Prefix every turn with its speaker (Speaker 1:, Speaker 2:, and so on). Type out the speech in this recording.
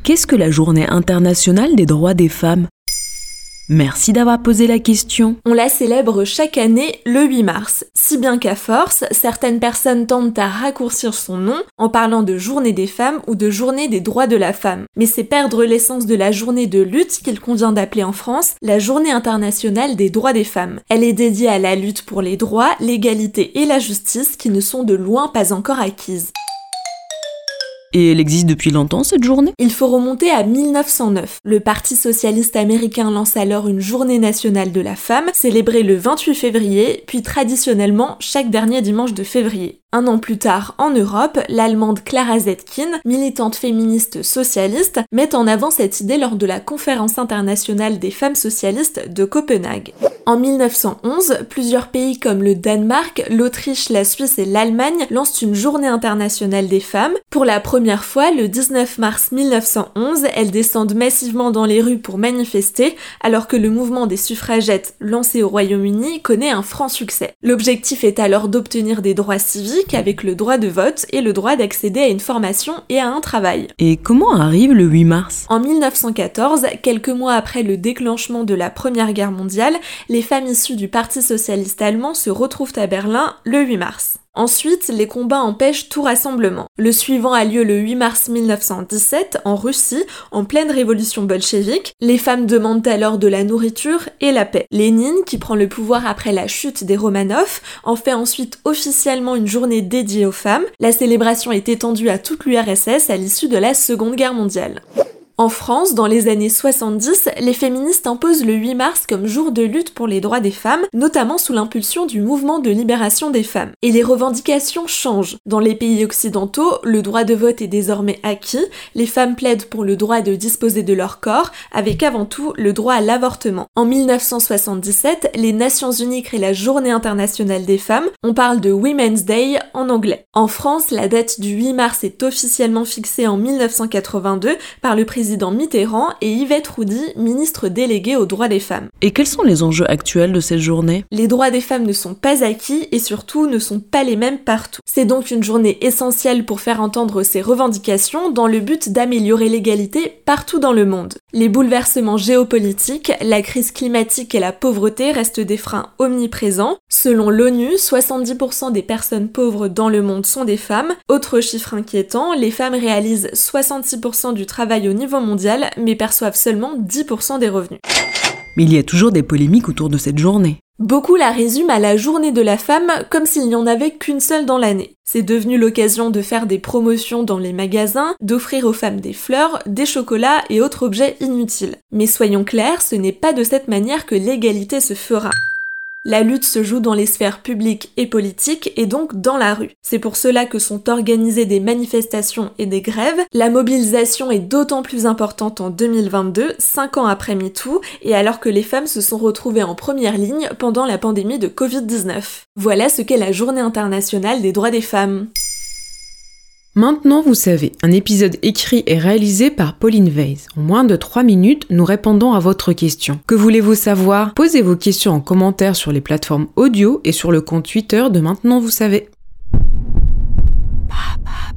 Speaker 1: Qu'est-ce que la Journée internationale des droits des femmes ? Merci d'avoir posé la question.
Speaker 2: On la célèbre chaque année le 8 mars, si bien qu'à force, certaines personnes tentent à raccourcir son nom en parlant de Journée des femmes ou de Journée des droits de la femme. Mais c'est perdre l'essence de la journée de lutte qu'il convient d'appeler en France la Journée internationale des droits des femmes. Elle est dédiée à la lutte pour les droits, l'égalité et la justice qui ne sont de loin pas encore acquises.
Speaker 1: Et elle existe depuis longtemps, cette journée ?
Speaker 2: Il faut remonter à 1909. Le Parti socialiste américain lance alors une journée nationale de la femme, célébrée le 28 février, puis traditionnellement chaque dernier dimanche de février. Un an plus tard, en Europe, l'Allemande Clara Zetkin, militante féministe socialiste, met en avant cette idée lors de la Conférence internationale des femmes socialistes de Copenhague. En 1911, plusieurs pays comme le Danemark, l'Autriche, la Suisse et l'Allemagne lancent une journée internationale des femmes. Pour la première fois, le 19 mars 1911, elles descendent massivement dans les rues pour manifester, alors que le mouvement des suffragettes, lancé au Royaume-Uni, connaît un franc succès. L'objectif est alors d'obtenir des droits civiques avec le droit de vote et le droit d'accéder à une formation et à un travail.
Speaker 1: Et comment arrive le 8 mars ?
Speaker 2: En 1914, quelques mois après le déclenchement de la Première Guerre mondiale, les femmes issues du Parti socialiste allemand se retrouvent à Berlin le 8 mars. Ensuite, les combats empêchent tout rassemblement. Le suivant a lieu le 8 mars 1917, en Russie, en pleine révolution bolchevique. Les femmes demandent alors de la nourriture et la paix. Lénine, qui prend le pouvoir après la chute des Romanov, en fait ensuite officiellement une journée dédiée aux femmes. La célébration est étendue à toute l'URSS à l'issue de la Seconde Guerre mondiale. En France, dans les années 70, les féministes imposent le 8 mars comme jour de lutte pour les droits des femmes, notamment sous l'impulsion du mouvement de libération des femmes. Et les revendications changent. Dans les pays occidentaux, le droit de vote est désormais acquis, les femmes plaident pour le droit de disposer de leur corps, avec avant tout le droit à l'avortement. En 1977, les Nations Unies créent la Journée internationale des femmes, on parle de Women's Day en anglais. En France, la date du 8 mars est officiellement fixée en 1982 par le président Mitterrand et Yvette Roudy, ministre déléguée aux droits des femmes.
Speaker 1: Et quels sont les enjeux actuels de cette journée ?
Speaker 2: Les droits des femmes ne sont pas acquis et surtout ne sont pas les mêmes partout. C'est donc une journée essentielle pour faire entendre ces revendications dans le but d'améliorer l'égalité partout dans le monde. Les bouleversements géopolitiques, la crise climatique et la pauvreté restent des freins omniprésents. Selon l'ONU, 70% des personnes pauvres dans le monde sont des femmes. Autre chiffre inquiétant, les femmes réalisent 66% du travail au niveau mondial, mais perçoivent seulement 10% des revenus.
Speaker 1: Mais il y a toujours des polémiques autour de cette journée.
Speaker 2: Beaucoup la résument à la journée de la femme comme s'il n'y en avait qu'une seule dans l'année. C'est devenu l'occasion de faire des promotions dans les magasins, d'offrir aux femmes des fleurs, des chocolats et autres objets inutiles. Mais soyons clairs, ce n'est pas de cette manière que l'égalité se fera. La lutte se joue dans les sphères publiques et politiques et donc dans la rue. C'est pour cela que sont organisées des manifestations et des grèves. La mobilisation est d'autant plus importante en 2022, 5 ans après MeToo, et alors que les femmes se sont retrouvées en première ligne pendant la pandémie de Covid-19. Voilà ce qu'est la Journée internationale des droits des femmes.
Speaker 3: Maintenant, vous savez, un épisode écrit et réalisé par Pauline Weiss. En moins de 3 minutes, nous répondons à votre question. Que voulez-vous savoir ? Posez vos questions en commentaire sur les plateformes audio et sur le compte Twitter de Maintenant, vous savez.